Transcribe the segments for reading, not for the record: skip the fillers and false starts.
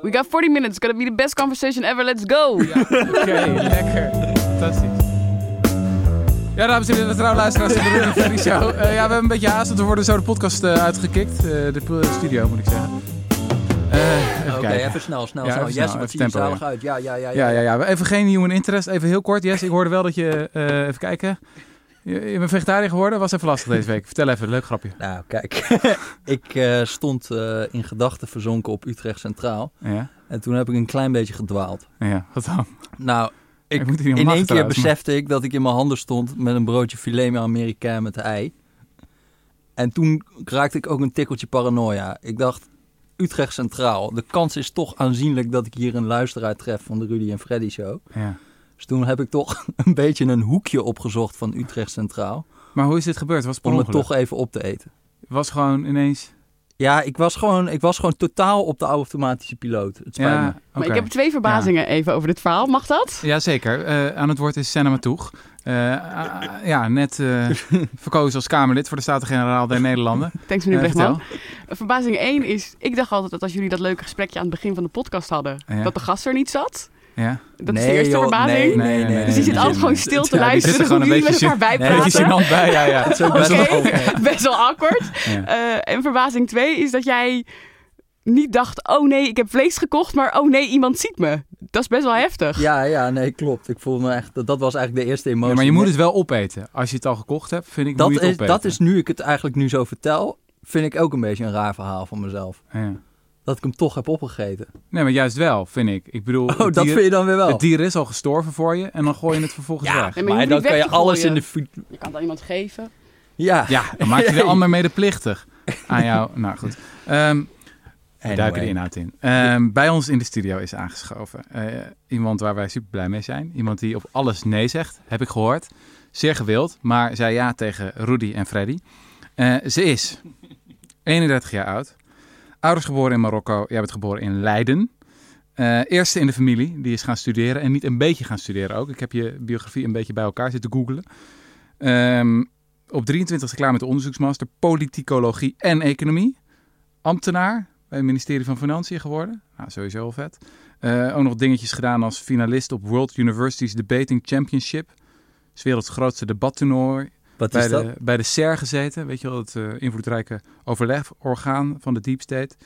We got 40 minutes. It's gonna be the best conversation ever. Let's go. Ja, Oké, lekker. Fantastisch. Ja, dames en heren, de trouw luisteraars van de Rudy en Freddy Show. We hebben een beetje haast, want we worden zo de podcast uitgekikt. De studio, moet ik zeggen. Oké, even snel. Ja, Jesse, wat ziet er zalig uit. Ja. Even geen human interest, even heel kort. Yes, ik hoorde wel dat je... even kijken. Je bent vegetariër geworden? Was even lastig deze week. Vertel even, leuk grapje. Nou, kijk. Ik stond in gedachten verzonken op Utrecht Centraal. Ja. En toen heb ik een klein beetje gedwaald. Ja, wat dan? Nou, in één keer besefte ik dat ik in mijn handen stond met een broodje filet Amerikaan met ei. En toen raakte ik ook een tikkeltje paranoia. Ik dacht, Utrecht Centraal. De kans is toch aanzienlijk dat ik hier een luisteraar tref van de Rudy en Freddy Show. Ja. Dus toen heb ik toch een beetje een hoekje opgezocht van Utrecht Centraal. Maar hoe is dit gebeurd? Was het om het toch even op te eten. Het was gewoon ineens... Ja, ik was gewoon totaal op de automatische piloot. Het spijt me. Maar ik heb 2 verbazingen even over dit verhaal. Mag dat? Jazeker. Aan het woord is Senna Matoeg. Net verkozen als Kamerlid voor de Staten-Generaal der Nederlanden. Thanks, meneer Bregman. Verbazing 1 is... Ik dacht altijd dat als jullie dat leuke gesprekje aan het begin van de podcast hadden... dat de gast er niet zat. Ja. Dat is de eerste verbazing. Nee. Dus die zit altijd gewoon stil te luisteren. Die zit er gewoon met elkaar bijpraten. Een beetje gênant bij, ja. Het is best wel awkward. Ja. En verbazing 2 is dat jij niet dacht... oh nee, ik heb vlees gekocht, maar oh nee, iemand ziet me. Dat is best wel heftig. Ja, nee, klopt. Ik voel me echt... Dat was eigenlijk de eerste emotie. Ja, maar je moet het wel opeten. Als je het al gekocht hebt, vind ik, moet je het opeten. Dat is, nu ik het eigenlijk nu zo vertel... vind ik ook een beetje een raar verhaal van mezelf. Ja. Dat ik hem toch heb opgegeten. Nee, maar juist wel, vind ik. Ik bedoel, dat vind je dan weer wel. Het dier is al gestorven voor je en dan gooi je het vervolgens weg. Nee, maar dan kan je alles in de... Je kan het aan iemand geven. Ja, dan maak je de ander medeplichtig aan jou. Nou goed. We duiken de inhoud in. Bij ons in de studio is aangeschoven iemand waar wij super blij mee zijn. Iemand die op alles nee zegt, heb ik gehoord. Zeer gewild, maar zei ja tegen Rudy en Freddy. Ze is 31 jaar oud. Ouders geboren in Marokko. Jij bent geboren in Leiden. Eerste in de familie. Die is gaan studeren. En niet een beetje gaan studeren ook. Ik heb je biografie een beetje bij elkaar zitten googlen. Op 23e klaar met de onderzoeksmaster. Politicologie en economie. Ambtenaar bij het ministerie van Financiën geworden. Nou, sowieso wel vet. Ook nog dingetjes gedaan als finalist op World Universities Debating Championship. Dat is werelds grootste debattoernooi. Wat is dat? Bij de SER gezeten, weet je wel, het invloedrijke overlegorgaan van de Deep State.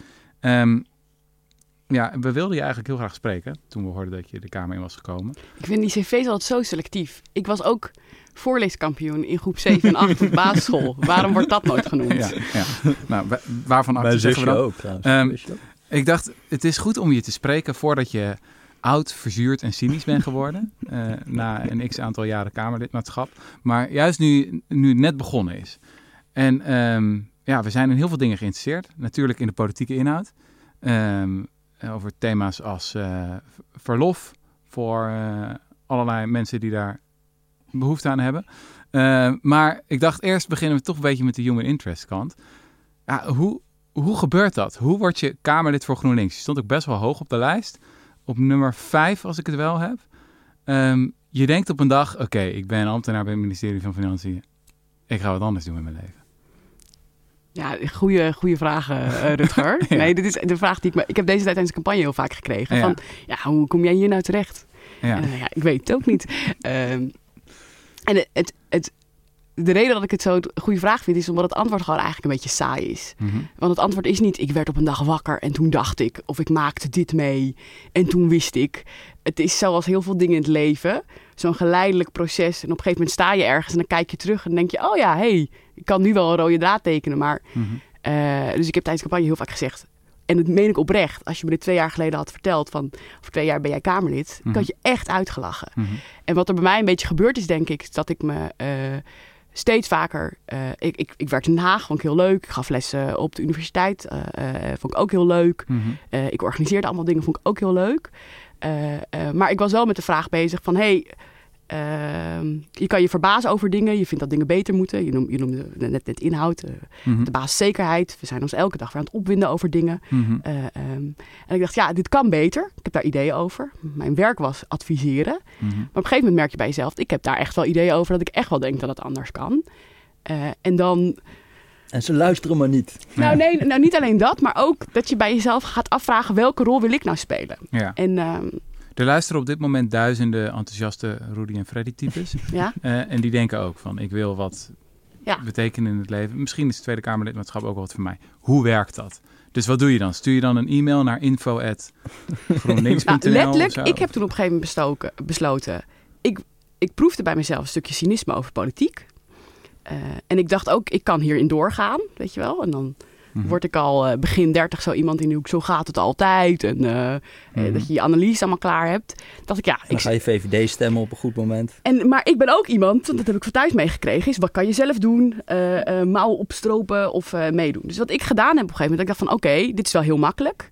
We wilden je eigenlijk heel graag spreken toen we hoorden dat je de Kamer in was gekomen. Ik vind die cv's altijd zo selectief. Ik was ook voorleeskampioen in groep 7 en 8 op basisschool. Waarom wordt dat nooit genoemd? Ja. Nou, waarvan acte zeggen we dan? Ook, trouwens. Ik dacht, het is goed om je te spreken voordat je oud, verzuurd en cynisch ben geworden. Na een x-aantal jaren Kamerlidmaatschap. Maar juist nu het net begonnen is. En we zijn in heel veel dingen geïnteresseerd. Natuurlijk in de politieke inhoud. Over thema's als verlof voor allerlei mensen die daar behoefte aan hebben. Maar ik dacht eerst beginnen we toch een beetje met de human interest kant. Ja, hoe gebeurt dat? Hoe word je Kamerlid voor GroenLinks? Je stond ook best wel hoog op de lijst. Op nummer 5, als ik het wel heb. Je denkt op een dag, oké, ik ben ambtenaar bij het ministerie van Financiën. Ik ga wat anders doen in mijn leven. Ja, goede vragen, Rutger. Ja. Nee, dit is de vraag die ik heb deze tijd tijdens de campagne heel vaak gekregen. Ja. Hoe kom jij hier nou terecht? Ja. En ik weet het ook niet. De reden dat ik het zo een goede vraag vind, is omdat het antwoord gewoon eigenlijk een beetje saai is. Mm-hmm. Want het antwoord is niet, ik werd op een dag wakker en toen dacht ik, of ik maakte dit mee en toen wist ik. Het is zoals heel veel dingen in het leven, zo'n geleidelijk proces. En op een gegeven moment sta je ergens en dan kijk je terug en dan denk je, oh ja, ik kan nu wel een rode draad tekenen. Maar, dus ik heb tijdens de campagne heel vaak gezegd, en dat meen ik oprecht, als je me dit 2 jaar geleden had verteld van, over 2 jaar ben jij Kamerlid, ik had je echt uitgelachen. Mm-hmm. En wat er bij mij een beetje gebeurd is, denk ik, is dat ik me steeds vaker... Ik werkte in Den Haag, vond ik heel leuk. Ik gaf lessen op de universiteit, vond ik ook heel leuk. Mm-hmm. Ik organiseerde allemaal dingen, vond ik ook heel leuk. Maar ik was wel met de vraag bezig van... je kan je verbazen over dingen. Je vindt dat dingen beter moeten. Je noemde net inhoud. De basiszekerheid. We zijn ons elke dag weer aan het opwinden over dingen. Mm-hmm. En ik dacht, dit kan beter. Ik heb daar ideeën over. Mijn werk was adviseren. Mm-hmm. Maar op een gegeven moment merk je bij jezelf... ik heb daar echt wel ideeën over dat ik echt wel denk dat het anders kan. En dan En ze luisteren maar niet. Nou, niet alleen dat, maar ook dat je bij jezelf gaat afvragen welke rol wil ik nou spelen. Ja. En, er luisteren op dit moment duizenden enthousiaste Rudy en Freddy types. Ja? En die denken ook van, ik wil wat betekenen in het leven. Misschien is het Tweede Kamerlidmaatschap ook wel wat voor mij. Hoe werkt dat? Dus wat doe je dan? Stuur je dan een e-mail naar info@groenlinks.nl? Letterlijk, ik heb toen op een gegeven moment besloten. Ik proefde bij mezelf een stukje cynisme over politiek. En ik dacht ook, ik kan hierin doorgaan, weet je wel. En dan word ik al begin 30 zo iemand in de hoek, zo gaat het altijd. En dat je je analyse allemaal klaar hebt. Dacht ik, dan ga je VVD stemmen op een goed moment. Maar ik ben ook iemand, dat heb ik van thuis meegekregen, is wat kan je zelf doen? Mouwen opstropen of meedoen. Dus wat ik gedaan heb op een gegeven moment, ik dacht van oké, dit is wel heel makkelijk.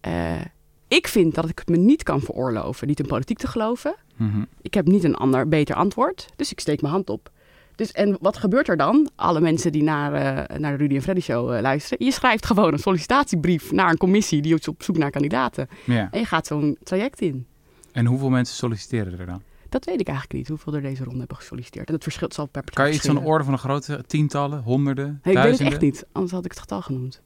Ik vind dat ik het me niet kan veroorloven niet in politiek te geloven. Ik heb niet een beter antwoord, dus ik steek mijn hand op. Dus, en wat gebeurt er dan? Alle mensen die naar de Rudy en Freddy Show luisteren. Je schrijft gewoon een sollicitatiebrief naar een commissie die is op zoek naar kandidaten. Ja. En je gaat zo'n traject in. En hoeveel mensen solliciteren er dan? Dat weet ik eigenlijk niet, hoeveel er deze ronde hebben gesolliciteerd. En dat verschilt zal per partij. Kan je iets van de orde van een grote tientallen, honderden, duizenden? Ik weet het echt niet, anders had ik het getal genoemd.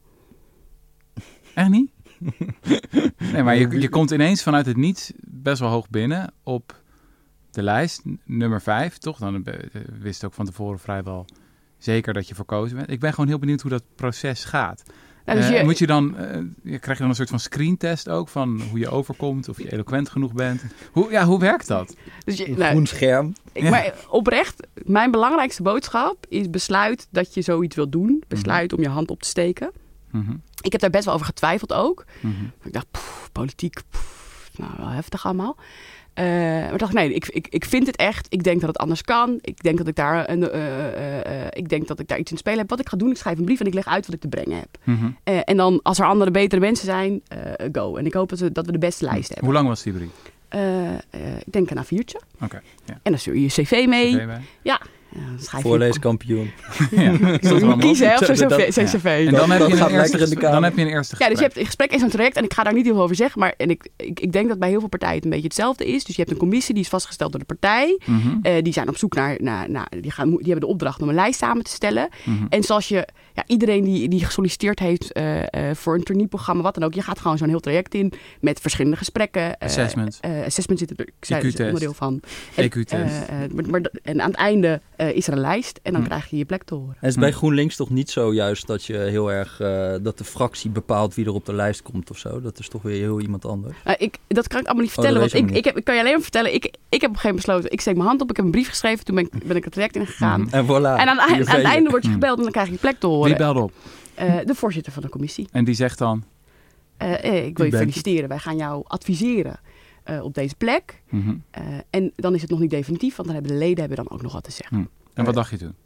Echt niet? Nee, maar je komt ineens vanuit het niets best wel hoog binnen op de lijst, nummer 5, toch? Dan wist ook van tevoren vrijwel zeker dat je verkozen bent. Ik ben gewoon heel benieuwd hoe dat proces gaat. Dus moet je dan, krijg je dan een soort van screentest ook van hoe je overkomt of je eloquent genoeg bent? Hoe werkt dat? Dus groen scherm. Maar oprecht, mijn belangrijkste boodschap is besluit dat je zoiets wilt doen. Besluit om je hand op te steken. Ik heb daar best wel over getwijfeld ook. Ik dacht, politiek, nou wel heftig allemaal. Maar dacht ik, nee, ik vind het echt. Ik denk dat het anders kan. Ik denk dat ik daar iets in te spelen heb. Wat ik ga doen, ik schrijf een brief en ik leg uit wat ik te brengen heb. En dan, als er andere, betere mensen zijn, go. En ik hoop dat we de beste lijst hebben. Hoe lang was die brief? Ik denk een A4'tje. Okay, ja. En dan stuur je je cv mee. Ja. Voorleeskampioen. Ja. Je moet kiezen of zo'n cv. En dan heb je een eerste gesprek. Ja, dus je hebt een gesprek in zo'n traject. En ik ga daar niet heel veel over zeggen. Maar ik denk dat bij heel veel partijen het een beetje hetzelfde is. Dus je hebt een commissie die is vastgesteld door de partij. Die zijn op zoek naar die hebben de opdracht om een lijst samen te stellen. En zoals iedereen die gesolliciteerd heeft voor een traineeprogramma, wat dan ook. Je gaat gewoon zo'n heel traject in met verschillende gesprekken. Assessment. Assessment zit er onderdeel van. EQ-test. En aan het einde is er een lijst en dan krijg je je plek te horen. En is bij GroenLinks toch niet zo juist dat je heel erg dat de fractie bepaalt wie er op de lijst komt of zo? Dat is toch weer heel iemand anders. Dat kan ik allemaal niet vertellen. Want ik kan je alleen maar vertellen. Ik heb op een gegeven moment besloten. Ik steek mijn hand op. Ik heb een brief geschreven. Toen ben ik het traject ingegaan. En voilà. En aan het einde word je gebeld en dan krijg je je plek te horen. Wie belde op? De voorzitter van de commissie. En die zegt dan? Ik wil je feliciteren. Wij gaan jou adviseren op deze plek. En dan is het nog niet definitief. Want dan hebben de leden dan ook nog wat te zeggen. En wat dacht je toen?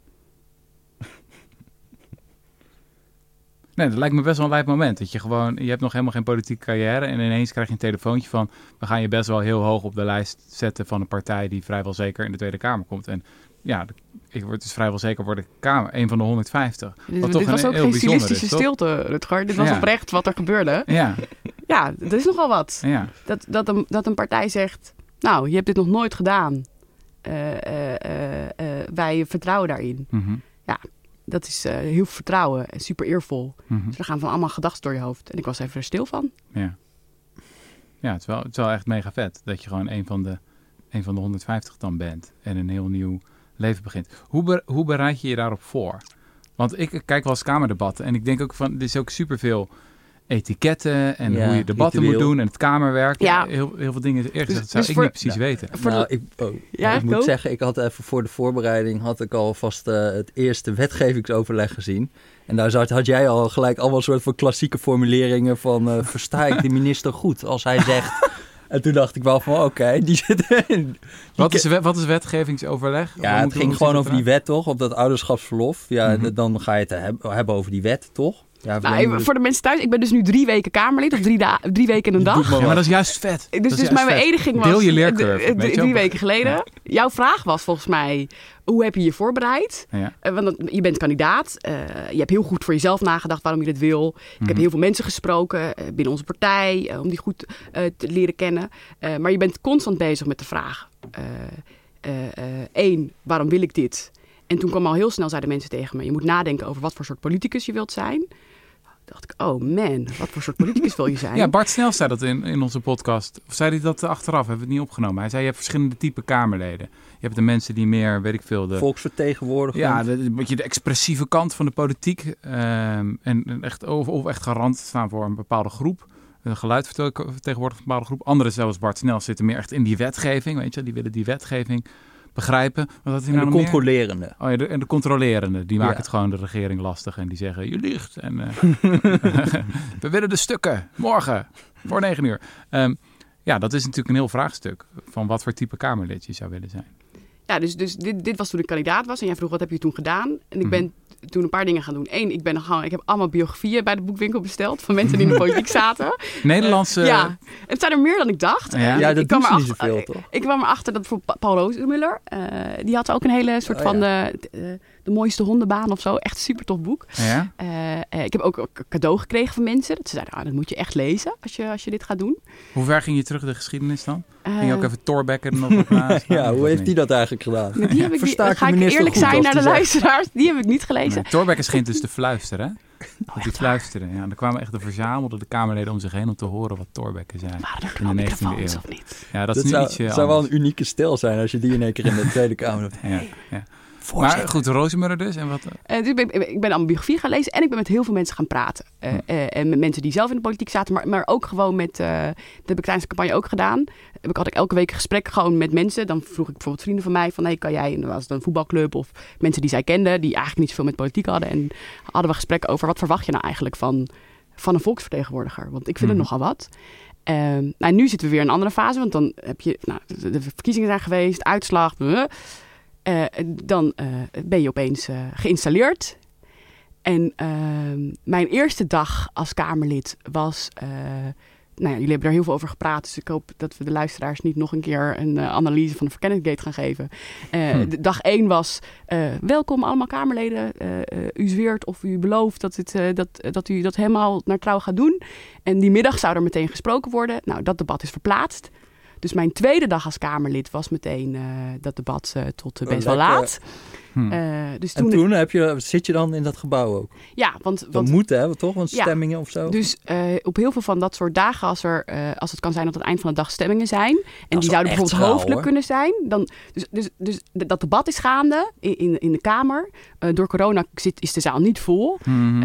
Nee, dat lijkt me best wel een lijp moment. Dat je hebt nog helemaal geen politieke carrière en ineens krijg je een telefoontje van, we gaan je best wel heel hoog op de lijst zetten van een partij die vrijwel zeker in de Tweede Kamer komt. En ja, ik word dus vrijwel zeker voor de Kamer, een van de 150. Dit was ook geen stilistische stilte, Rutger. Dit was oprecht wat er gebeurde. Ja, dat is nogal wat. Ja. Dat een partij zegt, nou, je hebt dit nog nooit gedaan. Wij vertrouwen daarin. Ja, dat is heel veel vertrouwen en super eervol. Dus er gaan van allemaal gedachten door je hoofd. En ik was even er stil van. Ja, het is wel echt mega vet dat je gewoon een van de 150 dan bent. En een heel nieuw leven begint. Hoe bereid je je daarop voor? Want ik kijk wel eens kamerdebatten en ik denk ook van, er is ook superveel etiketten en hoe je debatten moet doen en het kamerwerk. Ja. Heel veel dingen. Eerlijk gezegd zou ik niet precies weten. Ik moet zeggen, ik had even voor de voorbereiding alvast het eerste wetgevingsoverleg gezien. En daar had jij al gelijk allemaal soort van klassieke formuleringen van versta ik de minister goed als hij zegt. En toen dacht ik wel van oké, die zit erin. Wat is wetgevingsoverleg? Ja, het ging gewoon over die wet toch, op dat ouderschapsverlof. Ja, dan ga je het hebben over die wet toch? Ja, voor de mensen thuis, ik ben dus nu 3 weken Kamerlid, of 3 weken in een dag. Ja, maar dat is juist vet. Dus mijn beëdiging was deel je leercurve, 3 weken geleden. Ja. Jouw vraag was volgens mij, hoe heb je je voorbereid? Ja. Want je bent kandidaat. Je hebt heel goed voor jezelf nagedacht waarom je dit wil. Ik heb heel veel mensen gesproken binnen onze partij, om die goed te leren kennen. Maar je bent constant bezig met de vraag. 1, waarom wil ik dit? En toen kwam al heel snel, zeiden mensen tegen me, je moet nadenken over wat voor soort politicus je wilt zijn. Dacht ik, oh man, wat voor soort politicus wil je zijn? Ja, Bart Snel zei dat in onze podcast. Of zei hij dat achteraf? Hebben we het niet opgenomen. Hij zei, je hebt verschillende type Kamerleden. Je hebt de mensen die meer, weet ik veel... volksvertegenwoordiger. Ja, een beetje de expressieve kant van de politiek. En echt echt garant staan voor een bepaalde groep. Een geluidvertegenwoordiger van een bepaalde groep. Anderen, zoals Bart Snel, zitten meer echt in die wetgeving. Weet je, die willen die wetgeving begrijpen. Wat had hij en nou de controlerende. Oh, ja, en de controlerende. Die maken het gewoon de regering lastig. En die zeggen, je liegt. En we willen de stukken. Morgen. Voor 9 uur. Ja, dat is natuurlijk een heel vraagstuk. Van wat voor type Kamerlid je zou willen zijn. Ja, dus dit was toen ik kandidaat was. En jij vroeg, wat heb je toen gedaan? En ik ben toen een paar dingen gaan doen. Eén, ik heb allemaal biografieën bij de boekwinkel besteld. Van mensen die in de politiek zaten. Nederlandse... ja, het zijn er meer dan ik dacht. Ja, dat doen ze niet zoveel, toch? Ik kwam erachter dat bijvoorbeeld Paul Rozemuller... die had ook een hele soort van de mooiste hondenbaan of zo. Echt super tof boek. Ja? Ik heb ook een cadeau gekregen van mensen. Dat ze zeiden, dat moet je echt lezen als je dit gaat doen. Hoe ver ging je terug de geschiedenis dan? Ging je ook even Thorbecke er nog op naast? Ja, hoe heeft hij dat eigenlijk gedaan? Die heb ik ga ik eerlijk zijn naar de luisteraars. Die heb ik niet gelezen. Nee, Thorbecke schijnt dus te fluisteren. Die fluisteren. Ja, er kwamen echt de verzamelde de Kamerleden om zich heen om te horen wat Thorbecke zei. In de 19e eeuw. Of niet? Ja, dat is nu ietsje zou wel een unieke stijl zijn als je die in één keer in de Tweede Kamer hebt. Ja. Maar goed, Rozemuller dus. En wat? Dus ik ben allemaal biografie gaan lezen en ik ben met heel veel mensen gaan praten. En met mensen die zelf in de politiek zaten, maar ook gewoon met... dat heb ik tijdens de campagne ook gedaan. Had ik elke week een gesprek gewoon met mensen. Dan vroeg ik bijvoorbeeld vrienden van mij van... hey, kan jij... En dan was het een voetbalclub of mensen die zij kenden... die eigenlijk niet zoveel met politiek hadden. En hadden we gesprekken over... wat verwacht je nou eigenlijk van een volksvertegenwoordiger? Want ik vind het nogal wat. Nu zitten we weer in een andere fase. Want dan heb je... de verkiezingen zijn geweest, uitslag... dan ben je opeens geïnstalleerd. En mijn eerste dag als Kamerlid was... jullie hebben er heel veel over gepraat. Dus ik hoop dat we de luisteraars niet nog een keer een analyse van de verkenningsgate gaan geven. Dag 1 was... welkom allemaal Kamerleden. U zweert of u belooft dat u dat helemaal naar trouw gaat doen. En die middag zou er meteen gesproken worden. Nou, dat debat is verplaatst. Dus mijn tweede dag als Kamerlid was meteen dat debat tot best wel laat. Dus toen zit je dan in dat gebouw ook? Ja, want moet hè, toch? Want stemmingen of zo? Dus op heel veel van dat soort dagen, als het kan zijn dat aan het eind van de dag stemmingen zijn... en die zouden bijvoorbeeld hoofdelijk kunnen zijn... Dus dat debat is gaande in de Kamer. Door corona is de zaal niet vol.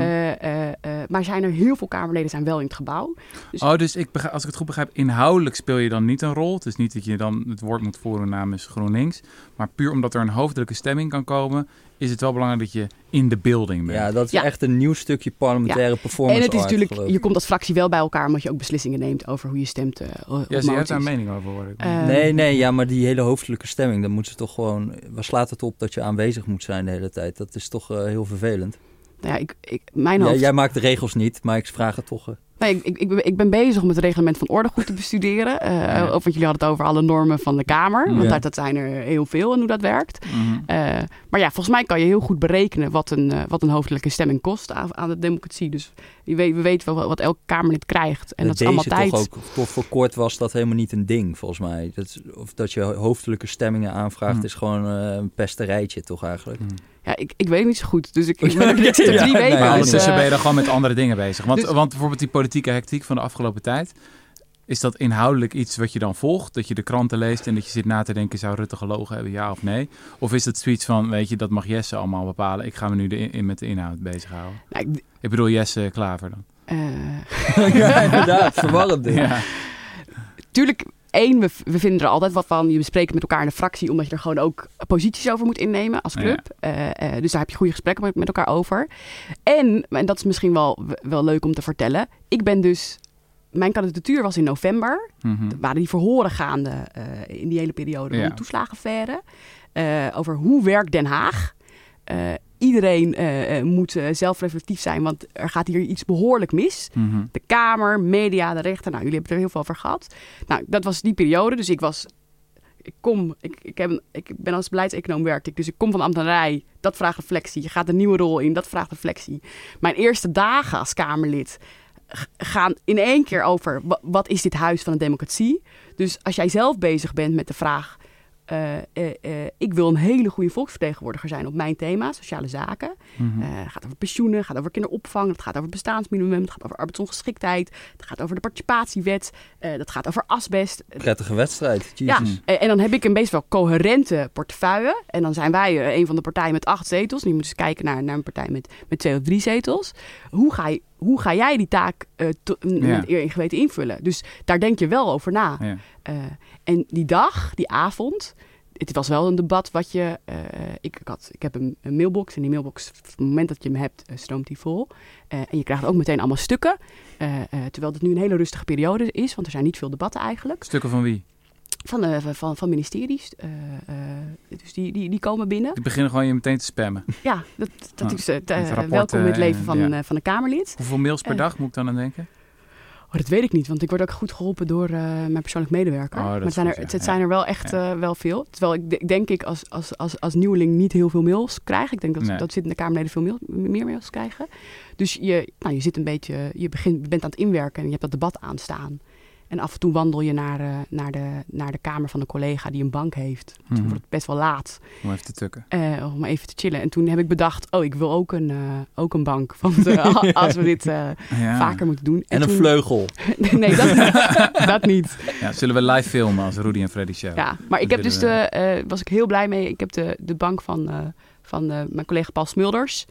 Maar zijn er heel veel Kamerleden zijn wel in het gebouw. Dus als ik het goed begrijp, inhoudelijk speel je dan niet een rol. Het is niet dat je dan het woord moet voeren namens GroenLinks. Maar puur omdat er een hoofdelijke stemming kan komen... is het wel belangrijk dat je in de building bent. Ja, dat is echt een nieuw stukje parlementaire performance. En het is natuurlijk, je komt als fractie wel bij elkaar... omdat je ook beslissingen neemt over hoe je stemt. Je hebt daar een mening over, hoor ik. Nee, maar die hele hoofdelijke stemming... dan moeten ze toch gewoon... Waar slaat het op dat je aanwezig moet zijn de hele tijd? Dat is toch heel vervelend. Nou ja, jij maakt de regels niet, maar ik vraag het toch... Nee, ik ben bezig om het reglement van orde goed te bestuderen. Want jullie hadden het over alle normen van de Kamer. Want dat zijn er heel veel en hoe dat werkt. Maar ja, volgens mij kan je heel goed berekenen wat een hoofdelijke stemming kost aan de democratie. Dus we weten wel wat elk Kamerlid krijgt. En dat is allemaal tijd. Toch ook tot voor kort was dat helemaal niet een ding, volgens mij. Dat je hoofdelijke stemmingen aanvraagt is gewoon een pesterijtje, toch eigenlijk? Ja, ik weet niet zo goed. Dus ik ben er dit 3 weken. Ondertussen ben je dan gewoon met andere dingen bezig. Want bijvoorbeeld die politieke hectiek van de afgelopen tijd... is dat inhoudelijk iets wat je dan volgt? Dat je de kranten leest en dat je zit na te denken... zou Rutte gelogen hebben, ja of nee? Of is het zoiets van, weet je, dat mag Jesse allemaal bepalen... ik ga me nu met de inhoud bezighouden? Ik bedoel Jesse Klaver dan. Ja, inderdaad. Verwarrend. Ja. Tuurlijk... we vinden er altijd wat van. Je bespreekt met elkaar in de fractie... omdat je er gewoon ook posities over moet innemen als club. Ja. Dus daar heb je goede gesprekken met elkaar over. En dat is misschien wel leuk om te vertellen... ik ben dus... Mijn kandidatuur was in november. Er waren die verhoren gaande in die hele periode... van de toeslagenaffaire. Over hoe werkt Den Haag... Iedereen moet zelfreflectief zijn, want er gaat hier iets behoorlijk mis. De Kamer, media, de rechter, jullie hebben het er heel veel over gehad. Dat was die periode, dus ik ben als beleidseconoom werkte ik, dus ik kom van de ambtenarij, dat vraagt reflectie. Je gaat een nieuwe rol in, dat vraagt reflectie. Mijn eerste dagen als Kamerlid gaan in één keer over, wat is dit huis van de democratie? Dus als jij zelf bezig bent met de vraag... ik wil een hele goede volksvertegenwoordiger zijn op mijn thema, sociale zaken. Het gaat over pensioenen, het gaat over kinderopvang, het gaat over bestaansminimum, het gaat over arbeidsongeschiktheid, het gaat over de participatiewet, dat gaat over asbest. Prettige wedstrijd, Jesus. Ja, en dan heb ik een best wel coherente portefeuille. En dan zijn wij een van de partijen met 8 zetels. En je moet dus kijken naar een partij met 2 of 3 zetels. Hoe ga jij die taak met eer en geweten invullen? Dus daar denk je wel over na. Ja. En die avond, het was wel een debat wat je... Ik heb een mailbox en die mailbox, op het moment dat je hem hebt, stroomt die vol. En je krijgt ook meteen allemaal stukken. Terwijl het nu een hele rustige periode is, want er zijn niet veel debatten eigenlijk. Stukken van wie? Van ministeries. Dus die komen binnen. Die beginnen gewoon je meteen te spammen. Ja, dat is welkom in het leven van een Kamerlid. Hoeveel mails per dag moet ik dan aan denken? Dat weet ik niet, want ik word ook goed geholpen door mijn persoonlijk medewerker. Maar het zijn er wel echt wel veel. Terwijl ik denk ik als nieuweling niet heel veel mails krijg. Ik denk dat zit in de Kamerleden veel meer mails krijgen. Dus je zit een beetje, je bent aan het inwerken en je hebt dat debat aanstaan. En af en toe wandel je naar de kamer van een collega die een bank heeft. Toen wordt het best wel laat. Om even te tukken. Om even te chillen. En toen heb ik bedacht, ik wil ook een bank. Want als we dit vaker moeten doen. En een vleugel. Nee, dat niet. Ja, zullen we live filmen als Rudy en Freddy show? Ja, maar ik heb dus was ik heel blij mee. Ik heb de bank van mijn collega Paul Smulders.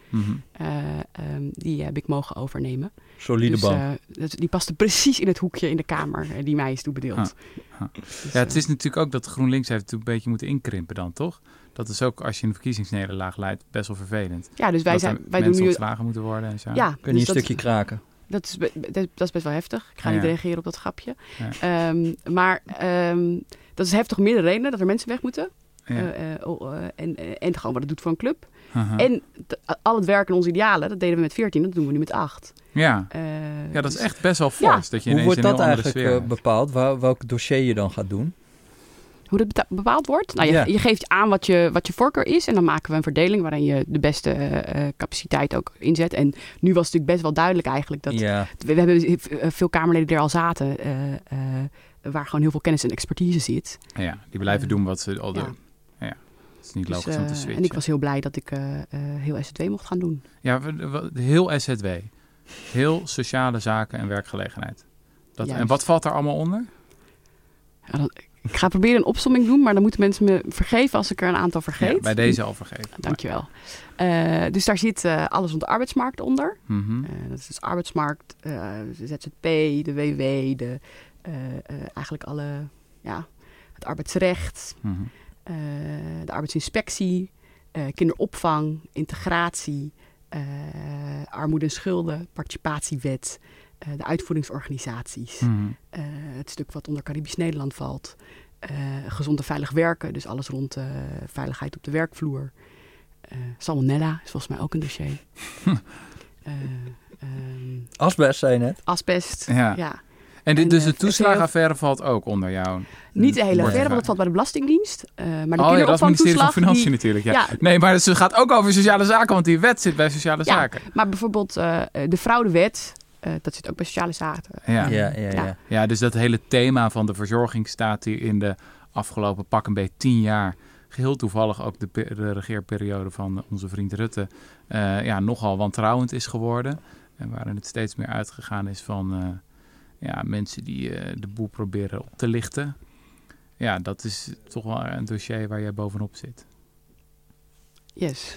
Die heb ik mogen overnemen. Solide bank. Die paste precies in het hoekje in de kamer die mij is toebedeeld. Dus, het is natuurlijk ook dat GroenLinks heeft een beetje moeten inkrimpen dan, toch? Dat is ook als je een verkiezingsnederlaag leidt best wel vervelend. Ja, dus wij doen nu ontslagen moeten worden en zo. Ja, kun je een stukje kraken. Dat is best wel heftig. Ik ga niet reageren op dat grapje. Ja. Maar dat is heftig om meerdere redenen dat er mensen weg moeten. Ja. En gewoon wat het doet voor een club. Uh-huh. En al het werk en onze idealen, dat deden we met 14, dat doen we nu met 8. Ja, dat is echt best wel fors. Dat je hoe wordt dat eigenlijk sfeer bepaald? Welk dossier je dan gaat doen? Hoe dat bepaald wordt? Nou, je geeft aan wat je voorkeur is. En dan maken we een verdeling waarin je de beste capaciteit ook inzet. En nu was het natuurlijk best wel duidelijk eigenlijk dat... We hebben veel Kamerleden die er al zaten... waar gewoon heel veel kennis en expertise zit. Ja, die blijven doen wat ze al doen. Ja, het is niet logisch om te switchen. En ik was heel blij dat ik heel SZW mocht gaan doen. Ja, heel SZW. Heel sociale zaken en werkgelegenheid. En wat valt daar allemaal onder? Ja, ik ga proberen een opsomming doen, maar dan moeten mensen me vergeven als ik er een aantal vergeet. Ja, bij deze al vergeven. Dankjewel. Dus daar zit alles rond de arbeidsmarkt onder. Dat is dus arbeidsmarkt, de ZZP, de WW, eigenlijk het arbeidsrecht, de arbeidsinspectie, kinderopvang, integratie, armoede en schulden, participatiewet, de uitvoeringsorganisaties, het stuk wat onder Caribisch Nederland valt, gezond en veilig werken, dus alles rond veiligheid op de werkvloer. Salmonella is volgens mij ook een dossier. Asbest, zei je net? Asbest, ja. En dus de toeslagenaffaire valt ook onder jou? Niet de hele affaire, want dat valt bij de Belastingdienst. Maar de dat is het ministerie van Financiën natuurlijk. Ja. Nee, maar het gaat ook over sociale zaken, want die wet zit bij sociale zaken. Maar bijvoorbeeld de fraudewet, dat zit ook bij sociale zaken. Ja, dus dat hele thema van de verzorging staat hier in de afgelopen pak een beetje 10 jaar... Geheel toevallig ook de regeerperiode van onze vriend Rutte... nogal wantrouwend is geworden. En waarin het steeds meer uitgegaan is van... mensen die de boel proberen op te lichten. Ja, dat is toch wel een dossier waar jij bovenop zit. Yes.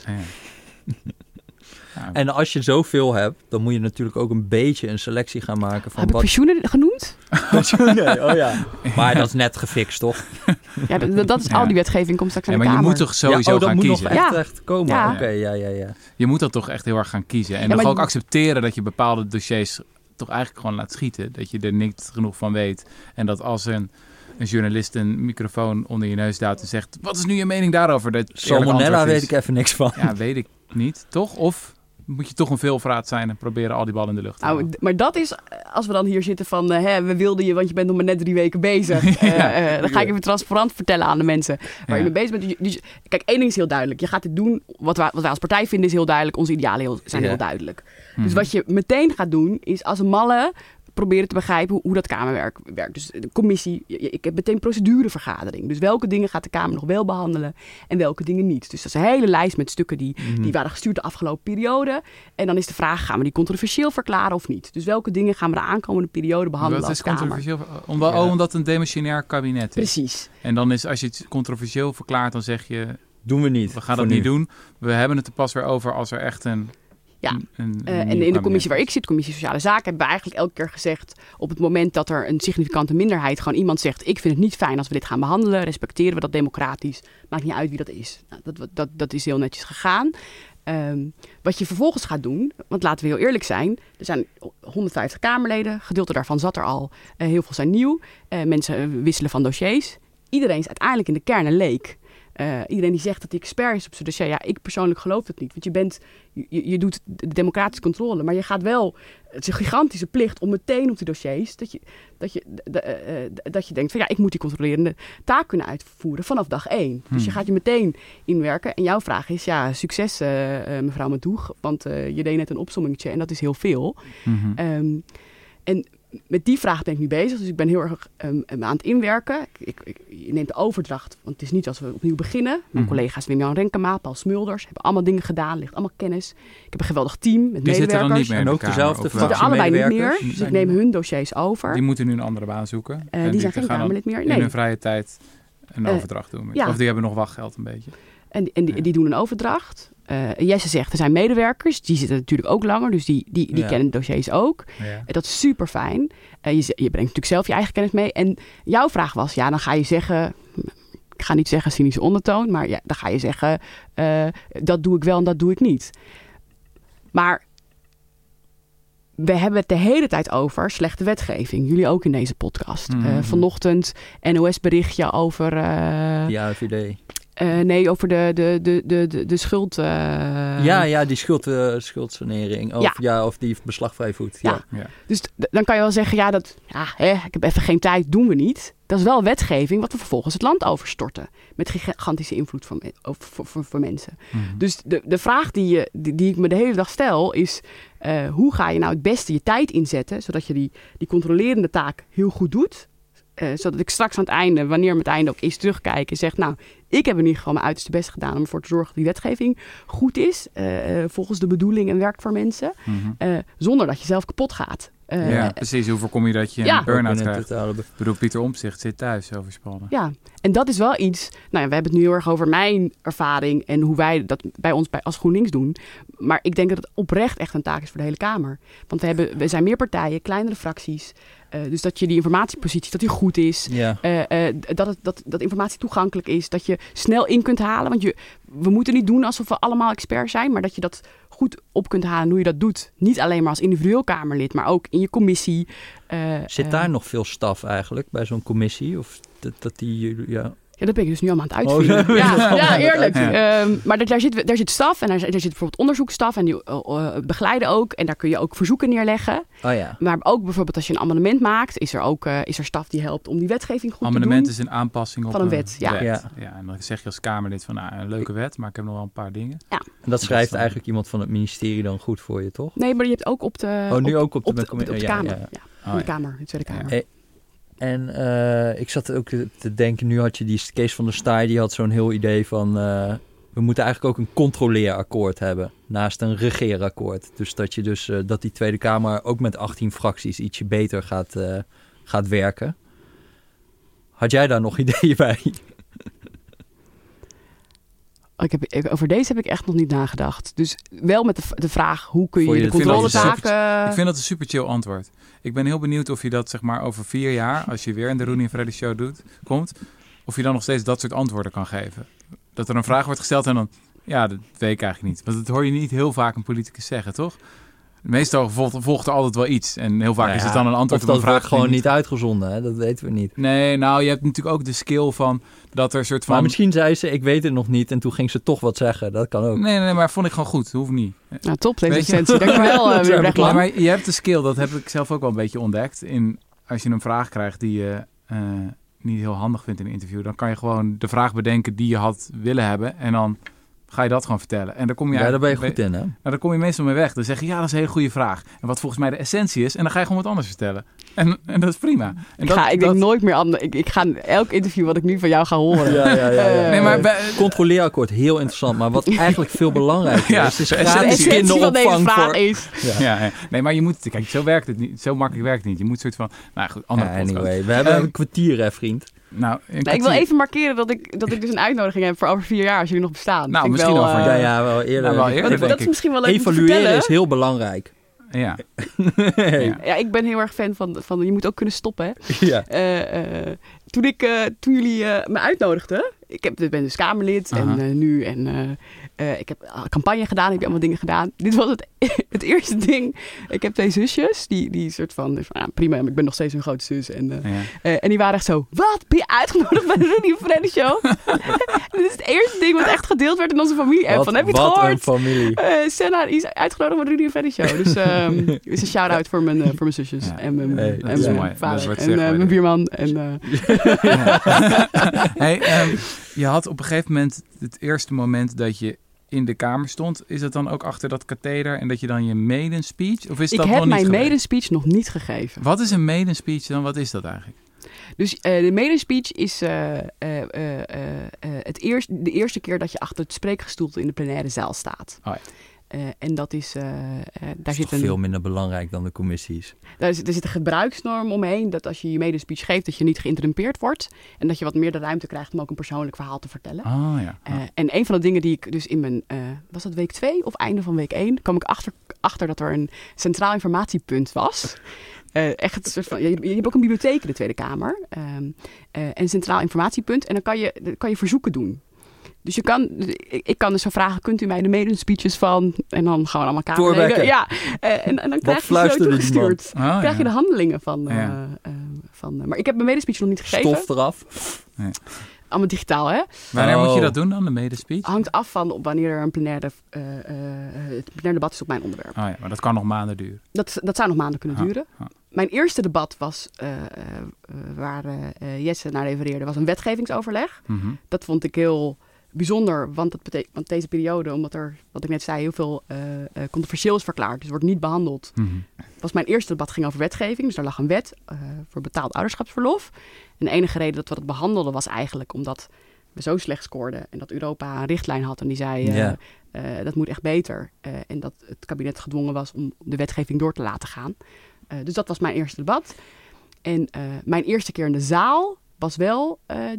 En als je zoveel hebt, dan moet je natuurlijk ook een beetje een selectie gaan maken van... Heb ik pensioenen genoemd? Pensioenen, oh ja. Maar dat is net gefixt, toch? Ja, dat is al die wetgeving, komt straks aan de Kamer. Maar je moet toch sowieso gaan kiezen? Dat moet nog echt komen. Ja. Oké. Je moet dat toch echt heel erg gaan kiezen. En dan ook accepteren dat je bepaalde dossiers toch eigenlijk gewoon laat schieten. Dat je er niet genoeg van weet. En dat als een journalist een microfoon onder je neus duwt en zegt... Wat is nu je mening daarover? Salmonella weet ik even niks van. Ja, weet ik niet, toch? Of moet je toch een veelvraat zijn en proberen al die ballen in de lucht te houden? Maar dat is, als we dan hier zitten van... we wilden je, want je bent nog maar net 3 weken bezig. Dan ga ik even transparant vertellen aan de mensen waar je mee bezig bent. Dus, kijk, één ding is heel duidelijk. Je gaat dit doen. Wat wij als partij vinden is heel duidelijk. Onze idealen zijn heel duidelijk. Dus wat je meteen gaat doen is als een malle... proberen te begrijpen hoe dat Kamerwerk werkt. Dus de commissie, ik heb meteen procedurevergadering. Dus welke dingen gaat de Kamer nog wel behandelen en welke dingen niet. Dus dat is een hele lijst met stukken die waren gestuurd de afgelopen periode. En dan is de vraag, gaan we die controversieel verklaren of niet? Dus welke dingen gaan we de aankomende periode behandelen als Kamer? Wat is controversieel? Omdat het een demissionair kabinet is. Precies. En dan is, als je het controversieel verklaart, dan zeg je... Doen we niet. We gaan dat niet doen. We hebben het er pas weer over als er echt een... En in de commissie waar ik zit, Commissie Sociale Zaken, hebben we eigenlijk elke keer gezegd, op het moment dat er een significante minderheid, gewoon iemand zegt, ik vind het niet fijn als we dit gaan behandelen, respecteren we dat democratisch, maakt niet uit wie dat is. Nou, dat is heel netjes gegaan. Wat je vervolgens gaat doen, want laten we heel eerlijk zijn, er zijn 150 Kamerleden, gedeelte daarvan zat er al, heel veel zijn nieuw, mensen wisselen van dossiers. Iedereen is uiteindelijk in de kern een leek. Iedereen die zegt dat hij expert is op zijn dossier, ja, ik persoonlijk geloof dat niet. Want je doet de democratische controle, maar je gaat wel, het is een gigantische plicht om meteen op die dossiers, dat je denkt van ja, ik moet die controlerende taak kunnen uitvoeren vanaf dag 1. Dus je gaat je meteen inwerken. En jouw vraag is, ja, succes mevrouw Matoeg, want je deed net een opsommingetje en dat is heel veel. En met die vraag ben ik nu bezig. Dus ik ben heel erg aan het inwerken. Je neemt de overdracht. Want het is niet als we opnieuw beginnen. Mijn collega's Wim-Jan Renkema, Paul Smulders hebben allemaal dingen gedaan. Ligt allemaal kennis. Ik heb een geweldig team met medewerkers. Die zitten dan niet meer in de ook dezelfde Die zitten allebei niet meer. Dus ik neem hun dossiers over. Die moeten nu een andere baan zoeken. Die zijn geen Kamerlid meer. In hun vrije tijd een overdracht doen. Ja. Of die hebben nog wachtgeld een beetje. En die doen een overdracht. Jesse zegt, er zijn medewerkers. Die zitten natuurlijk ook langer. Dus die kennen de dossiers ook. Ja. Dat is super fijn. Je brengt natuurlijk zelf je eigen kennis mee. En jouw vraag was, ja, dan ga je zeggen... Ik ga niet zeggen cynische ondertoon. Maar ja, dan ga je zeggen, dat doe ik wel en dat doe ik niet. Maar we hebben het de hele tijd over slechte wetgeving. Jullie ook in deze podcast. Vanochtend NOS-berichtje over... de AIVD. Nee, over de schuld... die schuldsanering. Of die beslagvrij voet. Ja. Dus dan kan je wel zeggen, ik heb even geen tijd, doen we niet. Dat is wel wetgeving wat we vervolgens het land overstorten. Met gigantische invloed voor mensen. Dus de vraag die ik me de hele dag stel is... hoe ga je nou het beste je tijd inzetten... zodat je die controlerende taak heel goed doet... zodat ik straks aan het einde, wanneer het einde ook is, terugkijk en zeg... nou, ik heb in ieder geval mijn uiterste best gedaan om ervoor te zorgen dat die wetgeving goed is. Volgens de bedoeling en werkt voor mensen. Zonder dat je zelf kapot gaat. Precies. Hoe voorkom je dat je een burn-out krijgt? Ik bedoel, Pieter Omtzigt zit thuis overspannen. Ja, en dat is wel iets... Nou ja, we hebben het nu heel erg over mijn ervaring... en hoe wij dat bij ons als GroenLinks doen. Maar ik denk dat het oprecht echt een taak is voor de hele Kamer. Want we zijn meer partijen, kleinere fracties... dus dat je die informatiepositie, dat die goed is. Ja. Dat informatie toegankelijk is. Dat je snel in kunt halen. Want we moeten niet doen alsof we allemaal experts zijn. Maar dat je dat goed op kunt halen hoe je dat doet. Niet alleen maar als individueel Kamerlid, maar ook in je commissie. Zit daar nog veel staf eigenlijk bij zo'n commissie? Of dat die... Ja. Ja, dat ben ik dus nu allemaal aan het uitvinden. Ja, eerlijk. Ja. Maar daar zit staf en daar zit bijvoorbeeld onderzoeksstaf en die begeleiden ook. En daar kun je ook verzoeken neerleggen. Oh ja. Maar ook bijvoorbeeld als je een amendement maakt, is er staf die helpt om die wetgeving goed te doen. Amendement is een aanpassing op van een wet. Ja, en dan zeg je als Kamerlid van een leuke wet, maar ik heb nog wel een paar dingen. Ja. En dat schrijft eigenlijk iemand van het ministerie dan goed voor je, toch? Nee, maar je hebt ook op de... ook op de Kamer. Ja. De Kamer, de Tweede Kamer. En ik zat ook te denken, nu had je die Kees van der Staaij, die had zo'n heel idee van... we moeten eigenlijk ook een controleerakkoord hebben, naast een regeerakkoord. Dus dat die Tweede Kamer ook met 18 fracties ietsje beter gaat werken. Had jij daar nog ideeën bij? Over deze heb ik echt nog niet nagedacht. Dus wel met de vraag, hoe kun je de controletaken... Ik vind dat een super chill antwoord. Ik ben heel benieuwd of je dat zeg maar over 4 jaar, als je weer in de Rooney en Freddy Show komt, of je dan nog steeds dat soort antwoorden kan geven. Dat er een vraag wordt gesteld en dan, ja, dat weet ik eigenlijk niet. Want dat hoor je niet heel vaak een politicus zeggen, toch? Meestal volgt er altijd wel iets. En heel vaak is het dan een antwoord op een vraag. Dat wordt gewoon niet uitgezonden, hè? Dat weten we niet. Nee, nou, je hebt natuurlijk ook de skill van dat er een soort van... Maar misschien zei ze, ik weet het nog niet. En toen ging ze toch wat zeggen. Dat kan ook. Nee, maar vond ik gewoon goed. Hoeft niet. Nou, top, deze essentie. Dankjewel, meneer Brechtman. Maar je hebt de skill, dat heb ik zelf ook wel een beetje ontdekt. Als je een vraag krijgt die je niet heel handig vindt in een interview, dan kan je gewoon de vraag bedenken die je had willen hebben. En dan ga je dat gewoon vertellen. En dan kom je daar ben je goed in, hè? Nou, dan kom je meestal mee weg. Dan zeg je, ja, dat is een hele goede vraag. En wat volgens mij de essentie is. En dan ga je gewoon wat anders vertellen. En dat is prima. En ik denk nooit meer aan... Ik ga elk interview wat ik nu van jou ga horen. Ja. Nee, maar controleerakkoord, heel interessant. Maar wat eigenlijk veel belangrijker is gratis kinderopvang voor... Nee, maar je moet... Kijk, zo werkt het niet. Zo makkelijk werkt het niet. Je moet soort van... Nou goed, andere anyway, we hebben een kwartier, hè, vriend. Nou, ik wil even markeren dat ik dus een uitnodiging heb voor over 4 jaar, als jullie nog bestaan. Nou, misschien wel voor wel eerder. Nou, wel eerder dat is misschien wel leuk evalueren is heel belangrijk. Ja. Ja, ik ben heel erg fan van je moet ook kunnen stoppen. Hè? Ja. Toen jullie me uitnodigden, ik ben dus Kamerlid en nu ik heb campagne gedaan, heb je allemaal dingen gedaan. Dit was het eerste ding. Ik heb 2 zusjes, die soort van prima, ik ben nog steeds een grote zus. En die waren echt zo, wat, ben je uitgenodigd bij de Rudy Freddy Show? Dit is het eerste ding wat echt gedeeld werd in onze familie. Heb je het gehoord? Wat een familie. Senna is uitgenodigd bij de Rudy Freddy Show. Dus is een shout-out voor mijn zusjes. Ja. En mijn vader. En mijn buurman. Je had op een gegeven moment het eerste moment dat je in de Kamer stond. Is dat dan ook achter dat katheder en dat je dan je maiden speech? Of is dat nog niet? Ik heb mijn maiden speech nog niet gegeven. Wat is een maiden speech dan? Wat is dat eigenlijk? Dus de maiden speech is de eerste keer dat je achter het spreekgestoelte in de plenaire zaal staat. Oh ja. En dat is... daar zit veel minder belangrijk dan de commissies. Er zit een gebruiksnorm omheen dat als je je medespeech geeft, dat je niet geïnterrumpeerd wordt. En dat je wat meer de ruimte krijgt om ook een persoonlijk verhaal te vertellen. Oh, ja. En een van de dingen die ik dus in mijn... was dat week 2 of einde van week 1? Kwam ik achter dat er een centraal informatiepunt was. Echt een soort van, je hebt ook een bibliotheek in de Tweede Kamer. En een centraal informatiepunt. En dan kan je verzoeken doen. Dus ik kan dus zo vragen, kunt u mij de medespeeches van... En dan gewoon allemaal Kamerleden. Ja, en dan krijg je zo toegestuurd. Krijg je de handelingen van... maar ik heb mijn medespeech nog niet gegeven. Stof eraf. Nee. Allemaal digitaal, hè? Wanneer moet je dat doen dan, de medespeech? Hangt af van wanneer er een plenaire debat is op mijn onderwerp. Oh ja, maar dat kan nog maanden duren. Dat zou nog maanden kunnen duren. Mijn eerste debat was, waar Jesse naar refereerde, was een wetgevingsoverleg. Mm-hmm. Dat vond ik heel bijzonder, want deze periode, omdat er, wat ik net zei, heel veel controversieel is verklaard. Dus het wordt niet behandeld. Mm-hmm. Mijn eerste debat ging over wetgeving. Dus daar lag een wet voor betaald ouderschapsverlof. En de enige reden dat we dat behandelden was eigenlijk omdat we zo slecht scoorden. En dat Europa een richtlijn had en die zei, dat moet echt beter. En dat het kabinet gedwongen was om de wetgeving door te laten gaan. Dus dat was mijn eerste debat. En mijn eerste keer in de zaal was wel